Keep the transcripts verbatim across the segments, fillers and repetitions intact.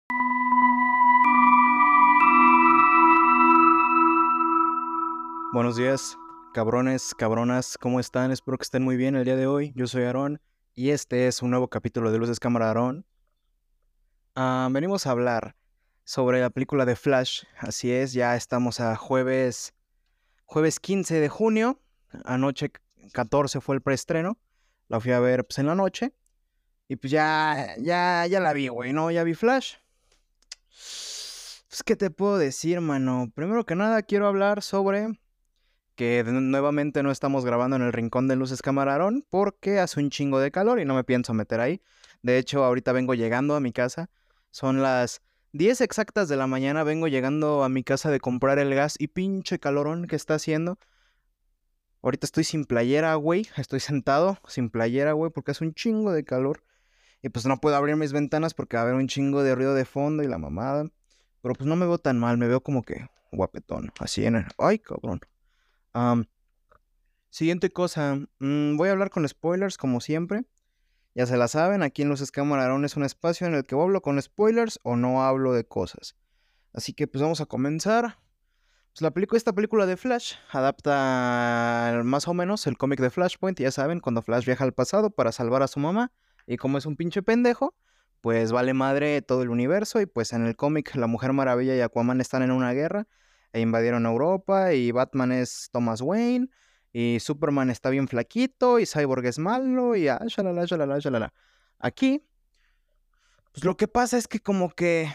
Buenos días, cabrones, cabronas, ¿cómo están? Espero que estén muy bien el día de hoy. Yo soy Aarón y este es un nuevo capítulo de Luces Cámara Aarón. Ah, venimos a hablar sobre la película de Flash. Así es, ya estamos a jueves, jueves quince de junio. Anoche catorce fue el preestreno. La fui a ver pues en la noche y pues ya, ya, ya la vi, güey, ¿no? Ya vi Flash. Pues, ¿qué te puedo decir, mano? Primero que nada, quiero hablar sobre que de- nuevamente no estamos grabando en el rincón de luces camarón porque hace un chingo de calor y no me pienso meter ahí. De hecho, ahorita vengo llegando a mi casa. Son las diez exactas de la mañana. Vengo llegando a mi casa de comprar el gas y pinche calorón que está haciendo. Ahorita estoy sin playera, güey. Estoy sentado sin playera, güey, porque hace un chingo de calor. Y pues no puedo abrir mis ventanas porque va a haber un chingo de ruido de fondo y la mamada. Pero pues no me veo tan mal, me veo como que guapetón. Así en el... Ay, cabrón. Am, Siguiente cosa, mm, voy a hablar con spoilers como siempre. Ya se la saben, aquí en Los Escamarón es un espacio en el que o hablo con spoilers o no hablo de cosas. Así que pues vamos a comenzar. Pues la película, esta película de Flash adapta más o menos el cómic de Flashpoint, ya saben, cuando Flash viaja al pasado para salvar a su mamá. Y como es un pinche pendejo, pues vale madre todo el universo. Y pues en el cómic la Mujer Maravilla y Aquaman están en una guerra e invadieron Europa. Y Batman es Thomas Wayne. Y Superman está bien flaquito. Y Cyborg es malo. Y ah, shalala, shalala, shalala. Aquí, pues lo que pasa es que como que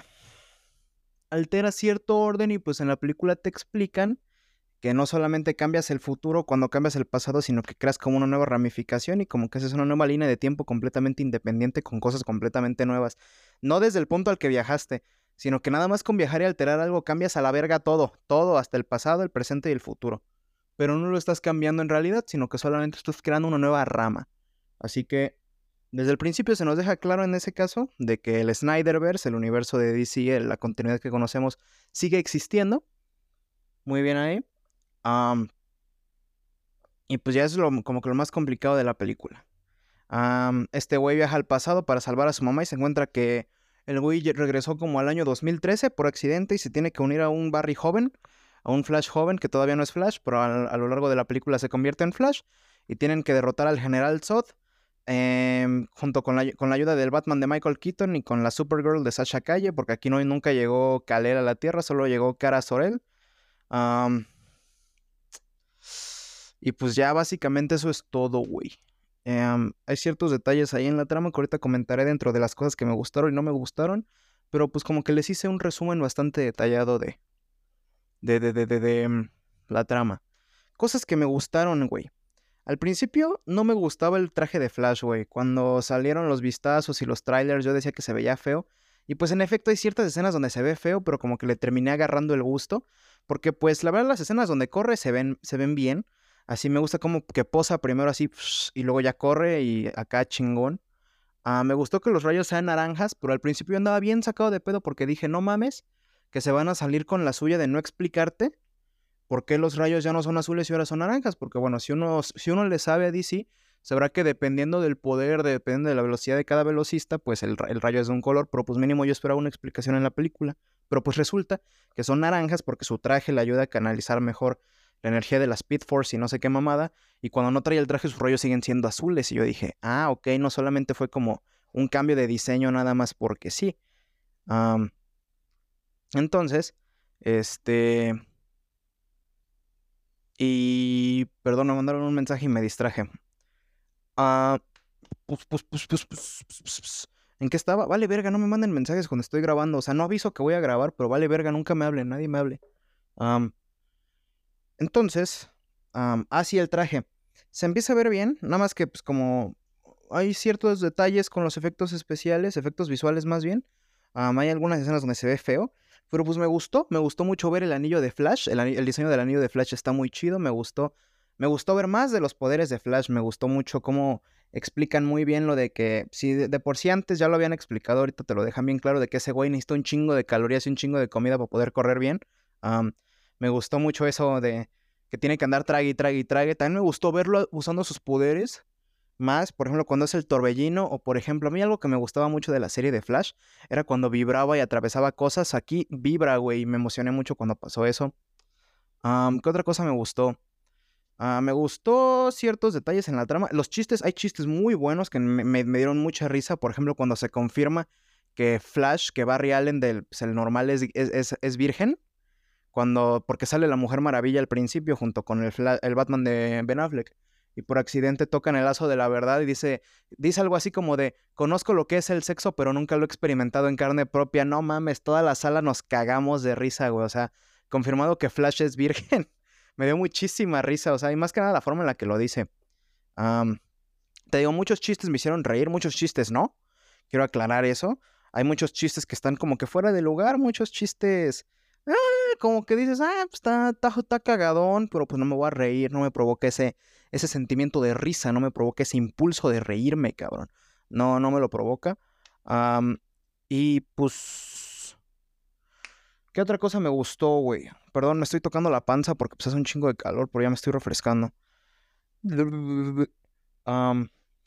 altera cierto orden y pues en la película te explican que no solamente cambias el futuro cuando cambias el pasado, sino que creas como una nueva ramificación y como que haces una nueva línea de tiempo completamente independiente con cosas completamente nuevas. No desde el punto al que viajaste, sino que nada más con viajar y alterar algo cambias a la verga todo, todo, hasta el pasado, el presente y el futuro. Pero no lo estás cambiando en realidad, sino que solamente estás creando una nueva rama. Así que desde el principio se nos deja claro en ese caso de que el Snyderverse, el universo de D C, la continuidad que conocemos, sigue existiendo. Muy bien ahí. Am, y pues ya es lo, como que lo más complicado de la película. Am, este güey viaja al pasado para salvar a su mamá y se encuentra que el güey ye- regresó como al año dos mil trece por accidente y se tiene que unir a un Barry joven, a un Flash joven que todavía no es Flash, pero a, a lo largo de la película se convierte en Flash y tienen que derrotar al General Zod em, junto con la, con la ayuda del Batman de Michael Keaton y con la Supergirl de Sasha Calle, porque aquí no, nunca llegó Kal-El a la Tierra, solo llegó Kara Zor-El. Am, y pues ya básicamente eso es todo, güey. Em, hay ciertos detalles ahí en la trama que ahorita comentaré dentro de las cosas que me gustaron y no me gustaron, pero pues como que les hice un resumen bastante detallado de, de, de, de, de, de, em, la trama. Cosas que me gustaron, güey. Al principio no me gustaba el traje de Flash, güey. Cuando salieron los vistazos y los trailers yo decía que se veía feo. Y pues en efecto hay ciertas escenas donde se ve feo, pero como que le terminé agarrando el gusto. Porque pues la verdad las escenas donde corre se ven, se ven bien. Así me gusta como que posa primero así y luego ya corre y acá chingón. Ah, me gustó que los rayos sean naranjas, pero al principio yo andaba bien sacado de pedo porque dije, no mames, que se van a salir con la suya de no explicarte por qué los rayos ya no son azules y ahora son naranjas. Porque bueno, si uno, si uno le sabe a D C, sabrá que dependiendo del poder, dependiendo de la velocidad de cada velocista, pues el, el rayo es de un color, pero pues mínimo yo esperaba una explicación en la película. Pero pues resulta que son naranjas porque su traje le ayuda a canalizar mejor la energía de la Speed Force y no sé qué mamada. Y cuando no trae el traje, sus rayos siguen siendo azules. Y yo dije, ah, ok, no solamente fue como un cambio de diseño nada más porque sí. Am, entonces, este... Y perdón, me mandaron un mensaje y me distraje. Ah, pues, pues, pues, pues, pues, pues, pues, pues, ¿en qué estaba? Vale, verga, no me manden mensajes cuando estoy grabando. O sea, no aviso que voy a grabar, pero vale, verga, nunca me hablen, nadie me hable. Am, entonces, am, ah, sí, el traje. Se empieza a ver bien, nada más que, pues, como hay ciertos detalles con los efectos especiales, efectos visuales más bien. Am, hay algunas escenas donde se ve feo, pero pues me gustó, me gustó mucho ver el anillo de Flash. El, ani- el diseño del anillo de Flash está muy chido, me gustó. Me gustó ver más de los poderes de Flash, me gustó mucho cómo explican muy bien lo de que, si de, de por sí antes ya lo habían explicado, ahorita te lo dejan bien claro de que ese güey necesita un chingo de calorías y un chingo de comida para poder correr bien. Am, Me gustó mucho eso de que tiene que andar trague y trague y trague. También me gustó verlo usando sus poderes más, por ejemplo, cuando es el torbellino, o por ejemplo, a mí algo que me gustaba mucho de la serie de Flash era cuando vibraba y atravesaba cosas. Aquí vibra, güey, y me emocioné mucho cuando pasó eso. Um, ¿Qué otra cosa me gustó? Uh, me gustó ciertos detalles en la trama. Los chistes, hay chistes muy buenos que me, me, me dieron mucha risa. Por ejemplo, cuando se confirma que Flash, que Barry Allen del pues, el normal es, es, es, es virgen. Cuando, porque sale la Mujer Maravilla al principio junto con el, Fla el Batman de Ben Affleck. Y por accidente tocan el lazo de la verdad y dice, dice algo así como de, conozco lo que es el sexo, pero nunca lo he experimentado en carne propia. No mames, toda la sala nos cagamos de risa, güey. O sea, confirmado que Flash es virgen. Me dio muchísima risa, o sea, y más que nada la forma en la que lo dice. Um, te digo, muchos chistes me hicieron reír, muchos chistes no. Quiero aclarar eso. Hay muchos chistes que están como que fuera de lugar, muchos chistes... Ah, como que dices, ah, pues está, está, está cagadón, pero pues no me voy a reír, no me provoca ese, ese sentimiento de risa, no me provoca ese impulso de reírme, cabrón. No, no me lo provoca. Um, y pues... ¿Qué otra cosa me gustó, güey? Perdón, me estoy tocando la panza porque pues hace un chingo de calor, pero ya me estoy refrescando. Um,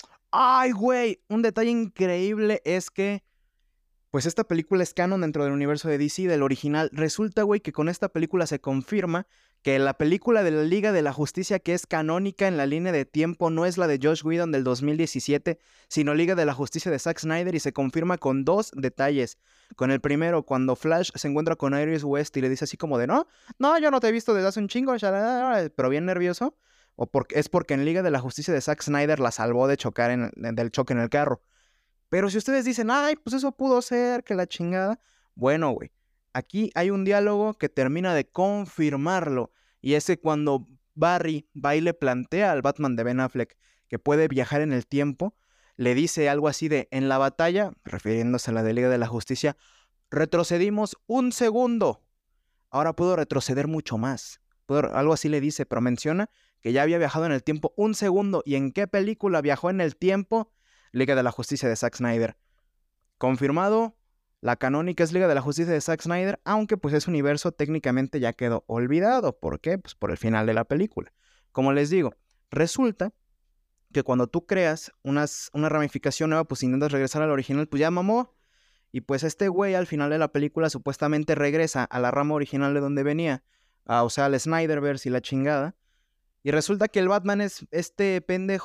Ay, güey, un detalle increíble es que pues esta película es canon dentro del universo de D C, del original. Resulta, güey, que con esta película se confirma que la película de la Liga de la Justicia que es canónica en la línea de tiempo no es la de Joss Whedon del dos mil diecisiete, sino Liga de la Justicia de Zack Snyder, y se confirma con dos detalles. Con el primero, cuando Flash se encuentra con Iris West y le dice así como de, no, no, yo no te he visto desde hace un chingo, pero bien nervioso. O porque, es porque en Liga de la Justicia de Zack Snyder la salvó de chocar en, del choque en el carro. Pero si ustedes dicen, ay, pues eso pudo ser, que la chingada. Bueno, güey, aquí hay un diálogo que termina de confirmarlo. Y es que cuando Barry va y le plantea al Batman de Ben Affleck que puede viajar en el tiempo, le dice algo así de, en la batalla, refiriéndose a la de Liga de la Justicia, retrocedimos un segundo. Ahora puedo retroceder mucho más. Puedo, algo así le dice, pero menciona que ya había viajado en el tiempo un segundo. ¿Y en qué película viajó en el tiempo? Liga de la Justicia de Zack Snyder. Confirmado, la canónica es Liga de la Justicia de Zack Snyder, aunque pues ese universo técnicamente ya quedó olvidado. ¿Por qué? Pues por el final de la película. Como les digo, resulta que cuando tú creas unas, una ramificación nueva, pues intentas regresar al original, pues ya mamó. Y pues este güey al final de la película supuestamente regresa a la rama original de donde venía, a, o sea, al Snyderverse y la chingada. Y resulta que el Batman es este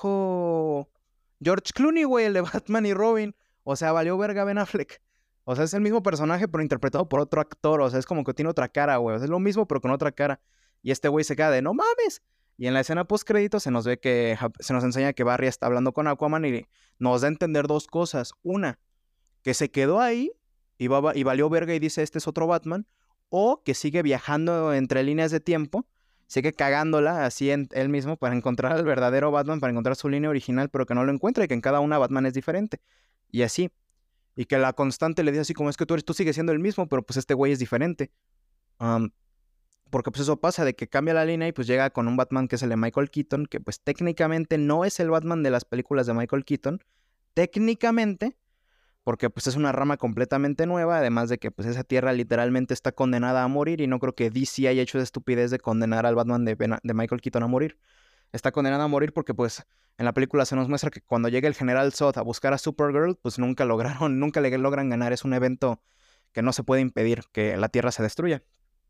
pendejo George Clooney, güey, el de Batman y Robin. O sea, valió verga Ben Affleck. O sea, es el mismo personaje, pero interpretado por otro actor. O sea, es como que tiene otra cara, güey. O sea, es lo mismo, pero con otra cara. Y este güey se queda de, no mames. Y en la escena post-crédito se nos ve que, se nos enseña que Barry está hablando con Aquaman y nos da a entender dos cosas. Una, que se quedó ahí y, va, y valió verga y dice, este es otro Batman. O que sigue viajando entre líneas de tiempo, sigue cagándola así en él mismo para encontrar al verdadero Batman, para encontrar su línea original, pero que no lo encuentra y que en cada una Batman es diferente. Y así. Y que la constante le dice así como, es que tú, eres, tú sigues siendo el mismo, pero pues este güey es diferente. Um, porque pues eso pasa de que cambia la línea y pues llega con un Batman que es el de Michael Keaton, que pues técnicamente no es el Batman de las películas de Michael Keaton. Técnicamente, porque pues es una rama completamente nueva, además de que pues esa tierra literalmente está condenada a morir y no creo que D C haya hecho esa estupidez de condenar al Batman de, ben de Michael Keaton a morir. Está condenada a morir porque pues en la película se nos muestra que cuando llega el General Zod a buscar a Supergirl, pues nunca lograron, nunca le logran ganar, es un evento que no se puede impedir que la tierra se destruya.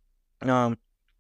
Um,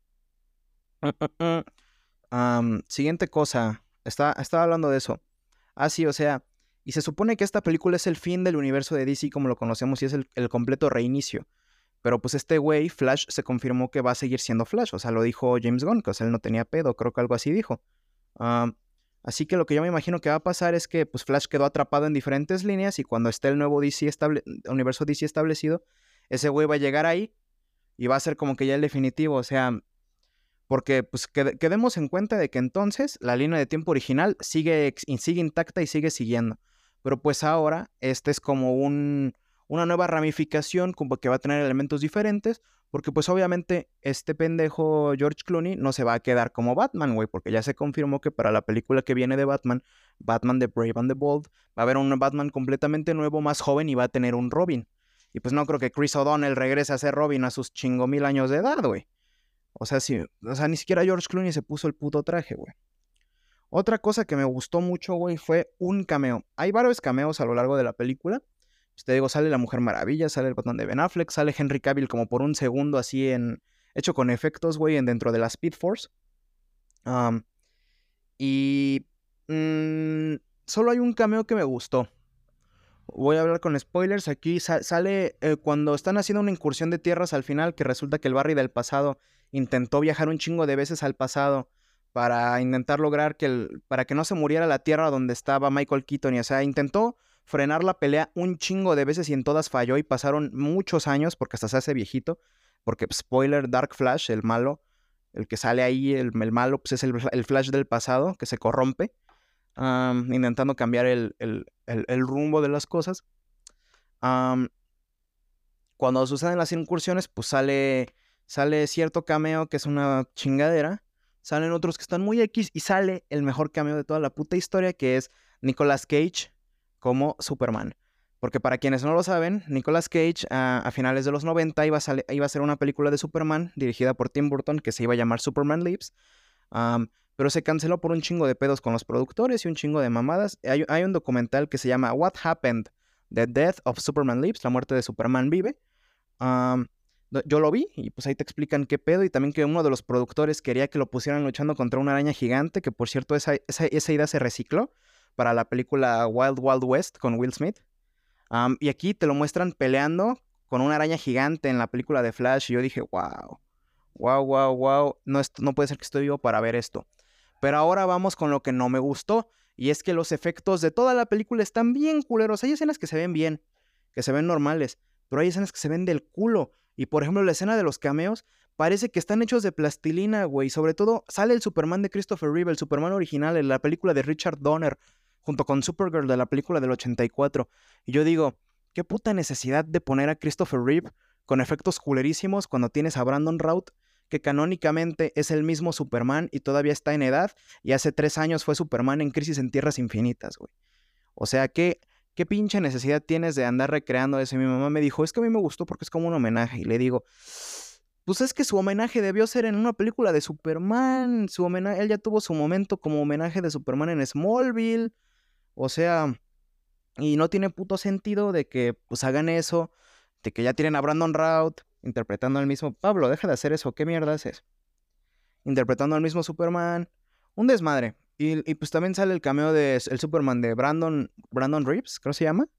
um, siguiente cosa, está, estaba hablando de eso. Ah, sí, o sea, y se supone que esta película es el fin del universo de D C como lo conocemos y es el, el completo reinicio. Pero pues este güey, Flash, se confirmó que va a seguir siendo Flash. O sea, lo dijo James Gunn, que o sea, él no tenía pedo, creo que algo así dijo. Uh, así que lo que yo me imagino que va a pasar es que pues Flash quedó atrapado en diferentes líneas y cuando esté el nuevo D C estable universo D C establecido, ese güey va a llegar ahí y va a ser como que ya el definitivo. O sea, porque pues qued quedemos en cuenta de que entonces la línea de tiempo original sigue, sigue intacta y sigue siguiendo. Pero pues ahora este es como un, una nueva ramificación como que va a tener elementos diferentes. Porque pues obviamente este pendejo George Clooney no se va a quedar como Batman, güey. Porque ya se confirmó que para la película que viene de Batman, Batman the Brave and the Bold, va a haber un Batman completamente nuevo, más joven y va a tener un Robin. Y pues no creo que Chris O'Donnell regrese a ser Robin a sus chingo mil años de edad, güey. O sea, sí, o sea, ni siquiera George Clooney se puso el puto traje, güey. Otra cosa que me gustó mucho, güey, fue un cameo. Hay varios cameos a lo largo de la película. Pues te digo, sale la Mujer Maravilla, sale el Batman de Ben Affleck, sale Henry Cavill como por un segundo así en... hecho con efectos, güey, en dentro de la Speed Force. Um, y... mm, solo hay un cameo que me gustó. Voy a hablar con spoilers. Aquí sa- sale eh, cuando están haciendo una incursión de tierras al final, que resulta que el Barry del pasado intentó viajar un chingo de veces al pasado para intentar lograr que el, para que no se muriera la tierra donde estaba Michael Keaton. Y, o sea, intentó frenar la pelea un chingo de veces y en todas falló y pasaron muchos años porque hasta se hace viejito. Porque, spoiler, Dark Flash, el malo, el que sale ahí, el, el malo, pues es el, el Flash del pasado que se corrompe um, intentando cambiar el, el, el, el, rumbo de las cosas. Um, cuando suceden las incursiones, pues sale, sale cierto cameo que es una chingadera. Salen otros que están muy X y sale el mejor cameo de toda la puta historia, que es Nicolas Cage como Superman. Porque para quienes no lo saben, Nicolas Cage uh, a finales de los noventa iba a, sale, iba a ser una película de Superman dirigida por Tim Burton que se iba a llamar Superman Lives. Um, pero se canceló por un chingo de pedos con los productores y un chingo de mamadas. Hay, hay un documental que se llama What Happened? The Death of Superman Lives, la muerte de Superman vive. Um, yo lo vi y pues ahí te explican qué pedo y también que uno de los productores quería que lo pusieran luchando contra una araña gigante, que por cierto esa, esa, esa idea se recicló para la película Wild Wild West con Will Smith. Um, y aquí te lo muestran peleando con una araña gigante en la película de Flash y yo dije, wow, wow, wow, wow, no, no puede ser que estoy vivo para ver esto. Pero ahora vamos con lo que no me gustó. Y es que los efectos de toda la película están bien culeros. Hay escenas que se ven bien, que se ven normales, pero hay escenas que se ven del culo. Y por ejemplo, la escena de los cameos parece que están hechos de plastilina, güey. Sobre todo sale el Superman de Christopher Reeve, el Superman original, en la película de Richard Donner, junto con Supergirl de la película del ochenta y cuatro. Y yo digo, qué puta necesidad de poner a Christopher Reeve con efectos culerísimos cuando tienes a Brandon Routh, que canónicamente es el mismo Superman y todavía está en edad, y hace tres años fue Superman en Crisis en Tierras Infinitas, güey. O sea, ¿qué, qué pinche necesidad tienes de andar recreando eso? Y mi mamá me dijo, es que a mí me gustó porque es como un homenaje. Y le digo, pues es que su homenaje debió ser en una película de Superman. Su homenaje, él ya tuvo su momento como homenaje de Superman en Smallville. O sea, y no tiene puto sentido de que pues hagan eso, de que ya tienen a Brandon Routh interpretando al mismo... Pablo, deja de hacer eso, ¿qué mierda haces? Interpretando al mismo Superman. Un desmadre. Y, y pues también sale el cameo de el Superman de Brandon, Brandon Reeves, creo que se llama.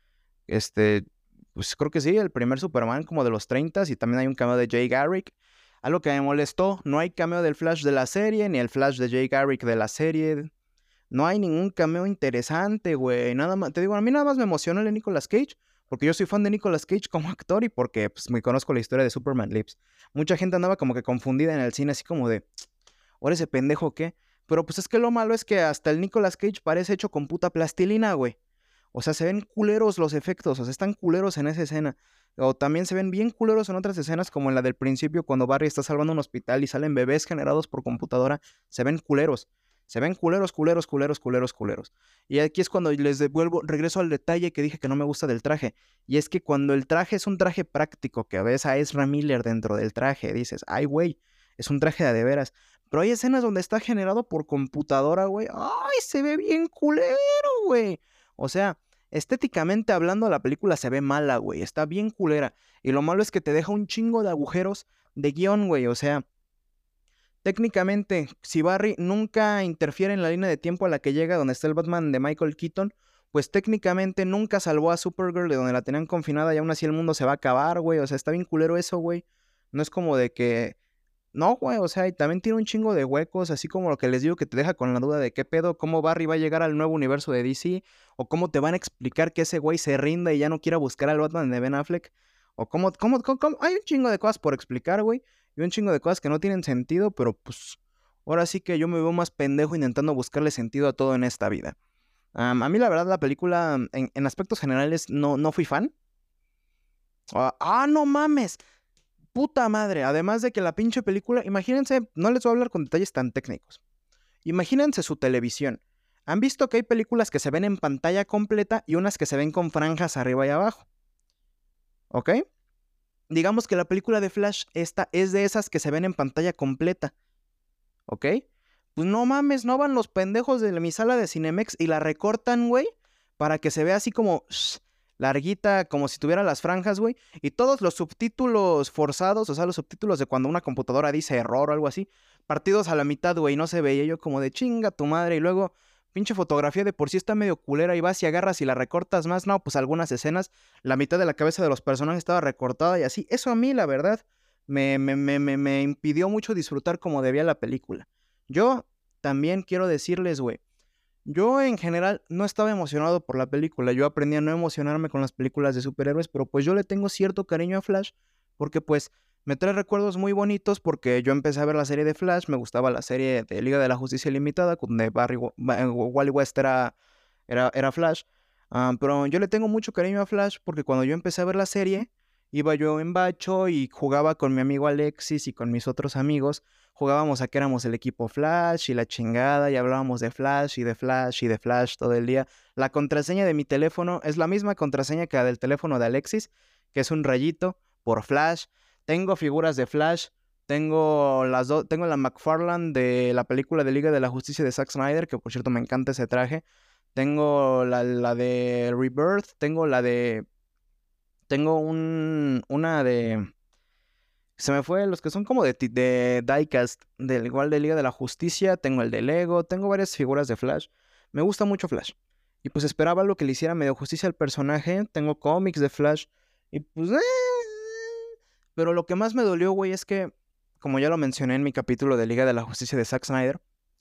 Este, pues creo que sí, el primer Superman como de los treinta y también hay un cameo de Jay Garrick. Algo que me molestó, no hay cameo del Flash de la serie, ni el Flash de Jay Garrick de la serie. No hay ningún cameo interesante, güey. Nada más, te digo, a mí nada más me emociona el de Nicolas Cage, porque yo soy fan de Nicolas Cage como actor y porque pues me conozco la historia de Superman Lives. Mucha gente andaba como que confundida en el cine, así como de, ¿ahora ese pendejo qué? Pero pues es que lo malo es que hasta el Nicolas Cage parece hecho con puta plastilina, güey. O sea, se ven culeros los efectos, o sea, están culeros en esa escena. O también se ven bien culeros en otras escenas, como en la del principio, cuando Barry está salvando un hospital y salen bebés generados por computadora. Se ven culeros. Se ven culeros, culeros, culeros, culeros, culeros. Y aquí es cuando les devuelvo, regreso al detalle que dije que no me gusta del traje. Y es que cuando el traje es un traje práctico, que ves a Ezra Miller dentro del traje, dices, ay, güey, es un traje de, de veras. Pero hay escenas donde está generado por computadora, güey. ¡Ay, se ve bien culero, güey! O sea, estéticamente hablando, la película se ve mala, güey. Está bien culera. Y lo malo es que te deja un chingo de agujeros de guión, güey. O sea, técnicamente, si Barry nunca interfiere en la línea de tiempo a la que llega donde está el Batman de Michael Keaton, pues técnicamente nunca salvó a Supergirl de donde la tenían confinada y aún así el mundo se va a acabar, güey. O sea, está bien culero eso, güey. No es como de que no, güey, o sea, y también tiene un chingo de huecos, así como lo que les digo que te deja con la duda de qué pedo, cómo Barry va a llegar al nuevo universo de D C, o cómo te van a explicar que ese güey se rinda y ya no quiera buscar al Batman de Ben Affleck, o cómo, cómo, cómo, cómo- hay un chingo de cosas por explicar, güey, y un chingo de cosas que no tienen sentido, pero pues, ahora sí que yo me veo más pendejo intentando buscarle sentido a todo en esta vida. Am, a mí la verdad la película, en, en aspectos generales, no, no fui fan. Ah, ah, no mames. Puta madre, además de que la pinche película, imagínense, no les voy a hablar con detalles tan técnicos. Imagínense su televisión. Han visto que hay películas que se ven en pantalla completa y unas que se ven con franjas arriba y abajo. ¿Ok? Digamos que la película de Flash esta es de esas que se ven en pantalla completa. ¿Ok? Pues no mames, no van los pendejos de mi sala de Cinemex y la recortan, güey, para que se vea así como shh, larguita, como si tuviera las franjas, güey. Y todos los subtítulos forzados, o sea, los subtítulos de cuando una computadora dice error o algo así, partidos a la mitad, güey, no se veía. Yo como de chinga tu madre. Y luego, pinche fotografía de por sí está medio culera y vas y agarras y la recortas más. No, pues algunas escenas, la mitad de la cabeza de los personajes estaba recortada y así. Eso a mí, la verdad, me, me, me, me, me impidió mucho disfrutar como debía la película. Yo también quiero decirles, güey, yo en general no estaba emocionado por la película. Yo aprendí a no emocionarme con las películas de superhéroes, pero pues yo le tengo cierto cariño a Flash porque pues me trae recuerdos muy bonitos porque yo empecé a ver la serie de Flash, me gustaba la serie de Liga de la Justicia Ilimitada, donde Barry, Wally West era, era, era Flash. Uh, pero yo le tengo mucho cariño a Flash porque cuando yo empecé a ver la serie, iba yo en bacho y jugaba con mi amigo Alexis y con mis otros amigos. Jugábamos a que éramos el equipo Flash y la chingada y hablábamos de Flash y de Flash y de Flash todo el día. La contraseña de mi teléfono es la misma contraseña que la del teléfono de Alexis, que es un rayito por Flash. Tengo figuras de Flash. Tengo las dos, tengo la McFarlane de la película de Liga de la Justicia de Zack Snyder, que por cierto me encanta ese traje. Tengo la, la de Rebirth, tengo la de... Tengo un, una de... Se me fue los que son como de, de diecast, del igual de Liga de la Justicia, tengo el de Lego, tengo varias figuras de Flash. Me gusta mucho Flash. Y pues esperaba lo que le hiciera medio justicia al personaje. Tengo cómics de Flash. Y pues... Eh... Pero lo que más me dolió, güey, es que, como ya lo mencioné en mi capítulo de Liga de la Justicia de Zack Snyder,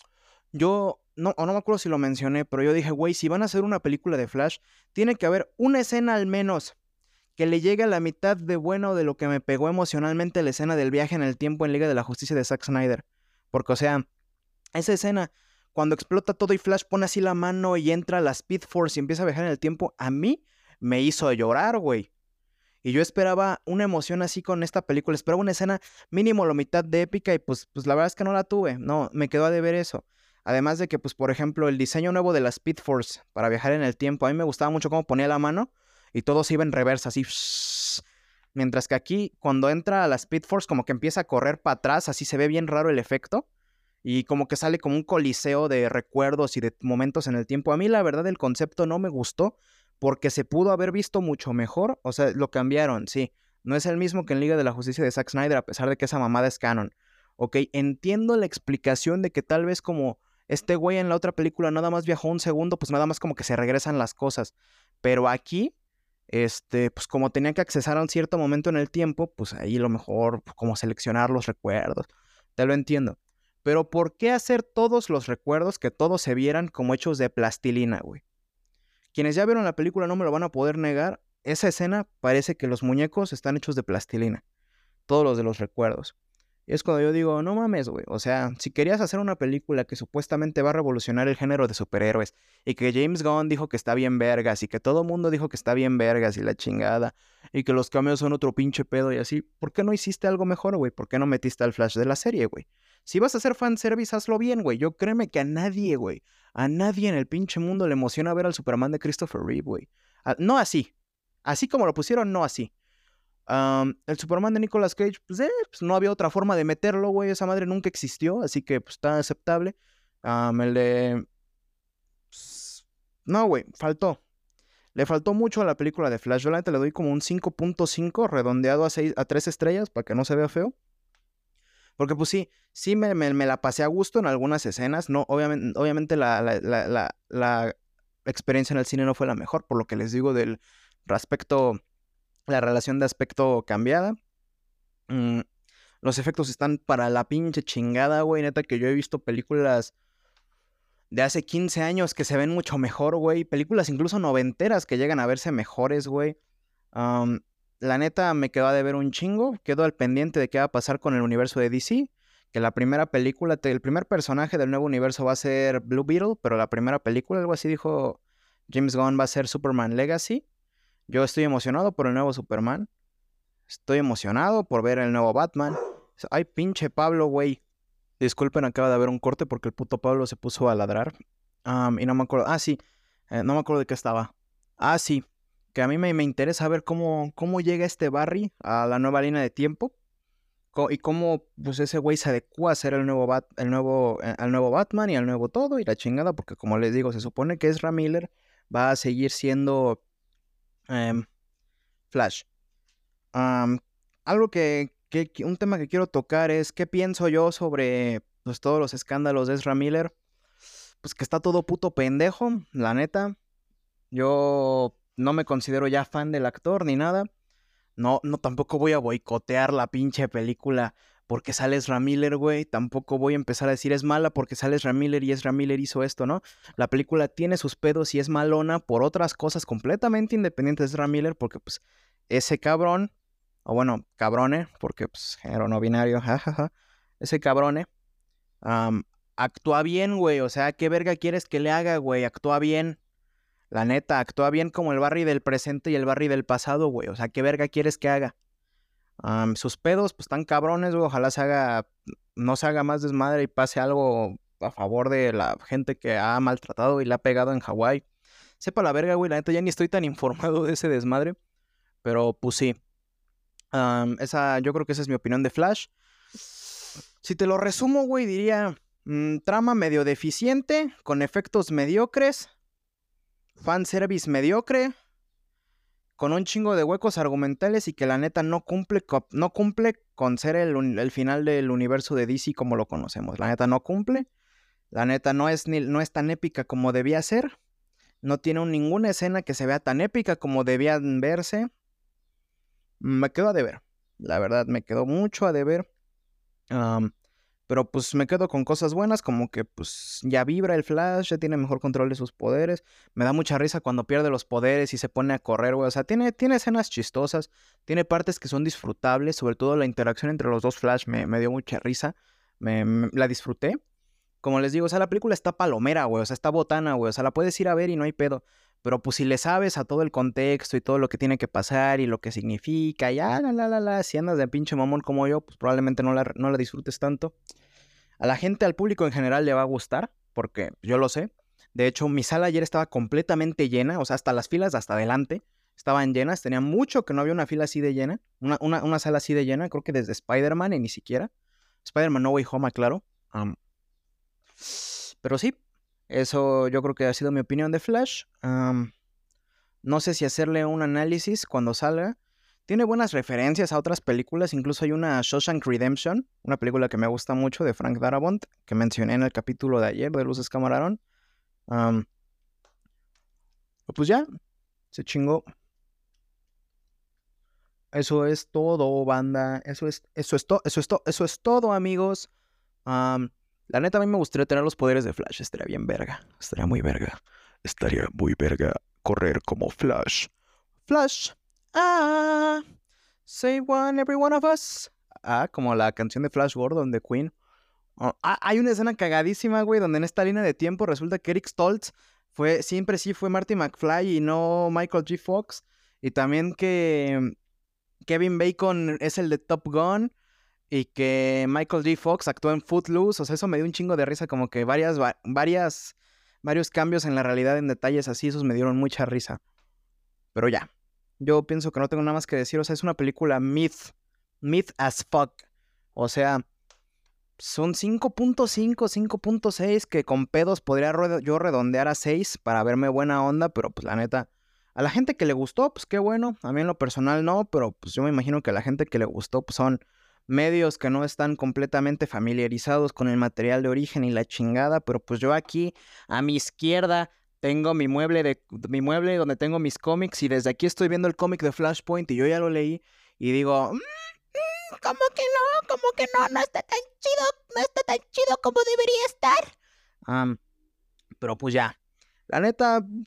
yo, no, o no me acuerdo si lo mencioné, pero yo dije, güey, si van a hacer una película de Flash, tiene que haber una escena al menos que le llegue a la mitad de bueno de lo que me pegó emocionalmente la escena del viaje en el tiempo en Liga de la Justicia de Zack Snyder. Porque, o sea, esa escena, cuando explota todo y Flash pone así la mano y entra a la Speed Force y empieza a viajar en el tiempo, a mí me hizo llorar, güey. Y yo esperaba una emoción así con esta película, esperaba una escena mínimo la mitad de épica y pues, pues la verdad es que no la tuve, no, me quedó a deber eso. Además de que, pues, por ejemplo, el diseño nuevo de la Speed Force para viajar en el tiempo, a mí me gustaba mucho cómo ponía la mano y todo se iba en reversa, así. Mientras que aquí, cuando entra a la Speed Force, como que empieza a correr para atrás, así se ve bien raro el efecto. Y como que sale como un coliseo de recuerdos y de momentos en el tiempo. A mí, la verdad, el concepto no me gustó porque se pudo haber visto mucho mejor. O sea, lo cambiaron, sí. No es el mismo que en Liga de la Justicia de Zack Snyder, a pesar de que esa mamada es canon. Ok, entiendo la explicación de que tal vez como este güey en la otra película nada más viajó un segundo, pues nada más como que se regresan las cosas. Pero aquí, este, pues como tenía que accesar a un cierto momento en el tiempo, pues ahí lo mejor, pues, como seleccionar los recuerdos. Te lo entiendo. Pero ¿por qué hacer todos los recuerdos que todos se vieran como hechos de plastilina, güey? Quienes ya vieron la película no me lo van a poder negar. Esa escena parece que los muñecos están hechos de plastilina. Todos los de los recuerdos. Y es cuando yo digo, no mames, güey. O sea, si querías hacer una película que supuestamente va a revolucionar el género de superhéroes y que James Gunn dijo que está bien vergas y que todo el mundo dijo que está bien vergas y la chingada y que los cameos son otro pinche pedo y así, ¿por qué no hiciste algo mejor, güey? ¿Por qué no metiste al Flash de la serie, güey? Si vas a hacer fanservice, hazlo bien, güey. Yo créeme que a nadie, güey, a nadie en el pinche mundo le emociona ver al Superman de Christopher Reeve, güey. Ah, no así. Así como lo pusieron, no así. Um, el Superman de Nicolas Cage, pues, eh, pues no había otra forma de meterlo, güey. Esa madre nunca existió, así que pues está aceptable. Um, el de... Pues, no, güey, faltó. Le faltó mucho a la película de Flash. Yo la neta le doy como un cinco punto cinco redondeado a, seis, a tres estrellas para que no se vea feo. Porque pues sí, sí me, me, me la pasé a gusto en algunas escenas. No, obviamente, obviamente la, la, la, la, la experiencia en el cine no fue la mejor, por lo que les digo del respecto... La relación de aspecto cambiada. Mm, los efectos están para la pinche chingada, güey. Neta que yo he visto películas de hace quince años que se ven mucho mejor, güey. Películas incluso noventeras que llegan a verse mejores, güey. Um, la neta me quedó de ver un chingo. Quedo al pendiente de qué va a pasar con el universo de D C. Que la primera película, el primer personaje del nuevo universo va a ser Blue Beetle. Pero la primera película, algo así dijo James Gunn, va a ser Superman Legacy. Yo estoy emocionado por el nuevo Superman. Estoy emocionado por ver el nuevo Batman. Ay, pinche Pablo, güey. Disculpen, acaba de haber un corte porque el puto Pablo se puso a ladrar. Um, y no me acuerdo. Ah, sí. Eh, no me acuerdo de qué estaba. Ah, sí. Que a mí me, me interesa ver cómo, cómo llega este Barry a la nueva línea de tiempo. co- y cómo pues ese güey se adecua a ser el nuevo, Bat- el nuevo, eh, al nuevo Batman y al nuevo todo y la chingada, porque como les digo, se supone que Ezra Miller va a seguir siendo em, Flash. Am, algo que, que- que- un tema que quiero tocar es qué pienso yo sobre pues todos los escándalos de Ezra Miller. Pues que está todo puto pendejo, la neta. Yo no me considero ya fan del actor ni nada. No, no, tampoco voy a boicotear la pinche película porque sale Ezra Miller, güey. Tampoco voy a empezar a decir es mala porque sale Ezra Miller y Ezra Miller hizo esto, ¿no? La película tiene sus pedos y es malona por otras cosas completamente independientes de Ezra Miller porque, pues, ese cabrón, o bueno, cabrone, porque, pues, género no binario, jajaja, ese cabrone, am, actúa bien, güey. O sea, ¿qué verga quieres que le haga, güey? Actúa bien. La neta, actúa bien como el Barry del presente y el Barry del pasado, güey. O sea, ¿qué verga quieres que haga? Am, sus pedos, pues están cabrones, güey. Ojalá se haga, no se haga más desmadre y pase algo a favor de la gente que ha maltratado y le ha pegado en Hawái. Sepa la verga, güey. La neta ya ni estoy tan informado de ese desmadre. Pero pues sí. Am, esa, yo creo que esa es mi opinión de Flash. Si te lo resumo, güey, diría mm, trama medio deficiente, con efectos mediocres, fanservice mediocre, con un chingo de huecos argumentales y que la neta no cumple, co- no cumple con ser el, uni- el final del universo de D C como lo conocemos. La neta no cumple. La neta no es, ni, no es tan épica como debía ser. No tiene un- ninguna escena que se vea tan épica como debían verse. Me quedo a deber. La verdad, me quedó mucho a deber. Am, pero pues me quedo con cosas buenas, como que pues ya vibra el Flash, ya tiene mejor control de sus poderes. Me da mucha risa cuando pierde los poderes y se pone a correr, güey. O sea, tiene, tiene escenas chistosas, tiene partes que son disfrutables, sobre todo la interacción entre los dos Flash me, me dio mucha risa. Me, me- la disfruté. Como les digo, o sea, la película está palomera, güey. O sea, está botana, güey. O sea, la puedes ir a ver y no hay pedo. Pero pues si le sabes a todo el contexto y todo lo que tiene que pasar y lo que significa, y ah, la, la, la, la, si andas de pinche mamón como yo, pues probablemente no la, no la disfrutes tanto. A la gente, al público en general le va a gustar, porque yo lo sé. De hecho, mi sala ayer estaba completamente llena, o sea, hasta las filas de hasta adelante estaban llenas. Tenía mucho que no había una fila así de llena, una, una, una sala así de llena, creo que desde Spider-Man y ni siquiera. Spider-Man No Way Home, claro. Um, pero sí, eso yo creo que ha sido mi opinión de Flash. Um, no sé si hacerle un análisis cuando salga. Tiene buenas referencias a otras películas, incluso hay una Shawshank Redemption, una película que me gusta mucho de Frank Darabont, que mencioné en el capítulo de ayer de Luces Camarón. Um, pues ya, se chingó. Eso es todo, banda. Eso es, eso es todo, eso es todo, eso es todo, amigos. Um, la neta, a mí me gustaría tener los poderes de Flash. Estaría bien verga. Estaría muy verga. Estaría muy verga correr como Flash. Flash. Ah. Save one, every one of us. Ah, como la canción de Flash Gordon de Queen. Oh, ah, hay una escena cagadísima, güey, donde en esta línea de tiempo resulta que Eric Stoltz fue, siempre sí fue Marty McFly y no Michael G. Fox. Y también que mm, Kevin Bacon es el de Top Gun y que Michael G. Fox actuó en Footloose. O sea, eso me dio un chingo de risa, como que varias, va- varias, varios cambios en la realidad en detalles así, esos me dieron mucha risa. Pero ya, yo pienso que no tengo nada más que decir. O sea, es una película myth, myth as fuck. O sea, son cinco punto cinco, cinco punto seis que con pedos podría ro- yo redondear a seis para verme buena onda, pero pues la neta, a la gente que le gustó, pues qué bueno. A mí en lo personal no, pero pues yo me imagino que a la gente que le gustó pues son medios que no están completamente familiarizados con el material de origen y la chingada, pero pues yo aquí a mi izquierda tengo mi mueble de mi mueble donde tengo mis cómics y desde aquí estoy viendo el cómic de Flashpoint y yo ya lo leí y digo, "Mm, ¿cómo que no? ¿Cómo que no? No está tan chido, no está tan chido como debería estar." Am, pero pues ya, la neta, mm,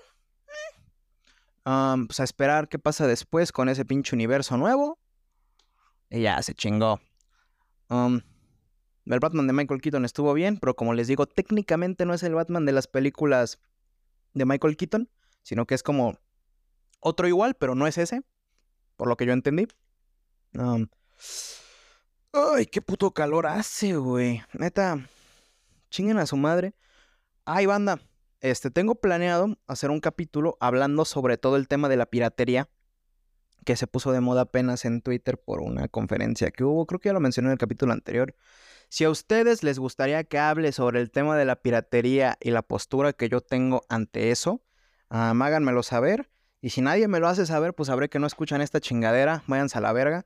am, pues a esperar qué pasa después con ese pinche universo nuevo. Y ya se chingó. Am, el Batman de Michael Keaton estuvo bien, pero como les digo, técnicamente no es el Batman de las películas de Michael Keaton, sino que es como otro igual, pero no es ese, por lo que yo entendí. Am, ay, qué puto calor hace, güey. Neta, chinguen a su madre. Ay, banda, este, tengo planeado hacer un capítulo hablando sobre todo el tema de la piratería, que se puso de moda apenas en Twitter por una conferencia que hubo, creo que ya lo mencioné en el capítulo anterior. Si a ustedes les gustaría que hable sobre el tema de la piratería y la postura que yo tengo ante eso, um, háganmelo saber. Y si nadie me lo hace saber, pues sabré que no escuchan esta chingadera. Váyanse a la verga.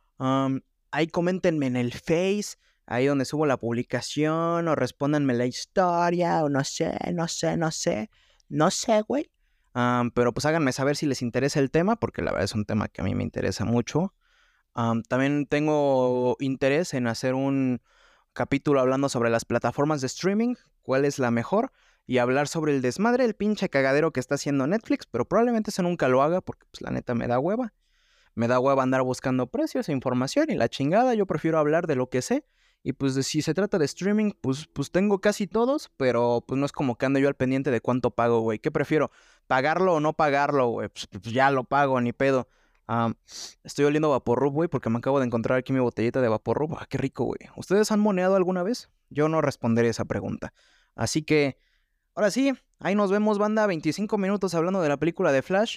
Um, ahí coméntenme en el Face, ahí donde subo la publicación, o respóndanme la historia, o no sé, no sé, no sé, no sé, güey. Um, pero pues háganme saber si les interesa el tema, porque la verdad es un tema que a mí me interesa mucho. Um, también tengo interés en hacer un capítulo hablando sobre las plataformas de streaming, cuál es la mejor, y hablar sobre el desmadre, el pinche cagadero que está haciendo Netflix, pero probablemente eso nunca lo haga porque pues la neta me da hueva. Me da hueva andar buscando precios e información y la chingada, yo prefiero hablar de lo que sé. Y pues de, si se trata de streaming, pues, pues tengo casi todos, pero pues no es como que ando yo al pendiente de cuánto pago, güey. ¿Qué prefiero? ¿Pagarlo o no pagarlo, güey? Pues, pues ya lo pago, ni pedo. Um, estoy oliendo Vaporub, güey, porque me acabo de encontrar aquí mi botellita de Vaporub. Ah, qué rico, güey. ¿Ustedes han moneado alguna vez? Yo no responderé esa pregunta. Así que, ahora sí, ahí nos vemos, banda. veinticinco minutos hablando de la película de Flash.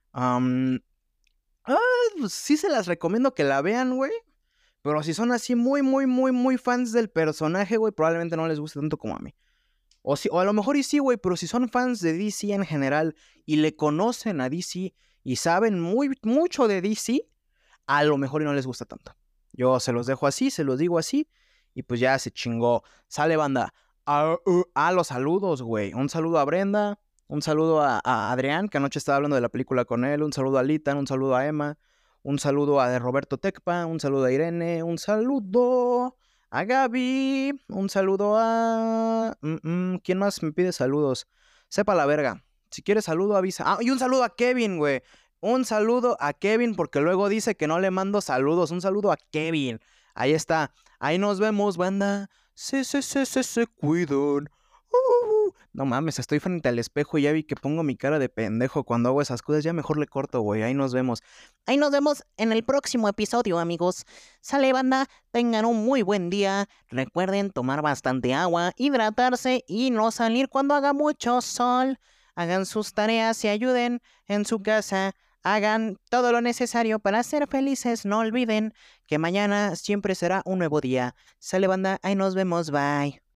Um, ah, pues sí se las recomiendo que la vean, güey. Pero si son así muy, muy, muy, muy fans del personaje, güey, probablemente no les guste tanto como a mí. O, si, o a lo mejor y sí, güey, pero si son fans de D C en general y le conocen a D C y saben muy, mucho de D C, a lo mejor y no les gusta tanto. Yo se los dejo así, se los digo así, y pues ya se chingó. Sale, banda. A, uh, a los saludos, güey. Un saludo a Brenda, un saludo a, a Adrián, que anoche estaba hablando de la película con él, un saludo a Litan, un saludo a Emma, un saludo a Roberto Tecpa, un saludo a Irene, un saludo a Gaby, un saludo a... Mm, mm, ¿quién más me pide saludos? Sepa la verga. Si quieres saludo, avisa. Ah, y un saludo a Kevin, güey. Un saludo a Kevin, porque luego dice que no le mando saludos. Un saludo a Kevin. Ahí está. Ahí nos vemos, banda. Se, se, se, se, se cuidan. Uh, no mames, estoy frente al espejo y ya vi que pongo mi cara de pendejo cuando hago esas cosas. Ya mejor le corto, güey. Ahí nos vemos. Ahí nos vemos en el próximo episodio, amigos. Sale, banda, tengan un muy buen día. Recuerden tomar bastante agua, hidratarse y no salir cuando haga mucho sol. Hagan sus tareas y ayuden en su casa. Hagan todo lo necesario para ser felices. No olviden que mañana siempre será un nuevo día. Sale, banda, ahí nos vemos. Bye.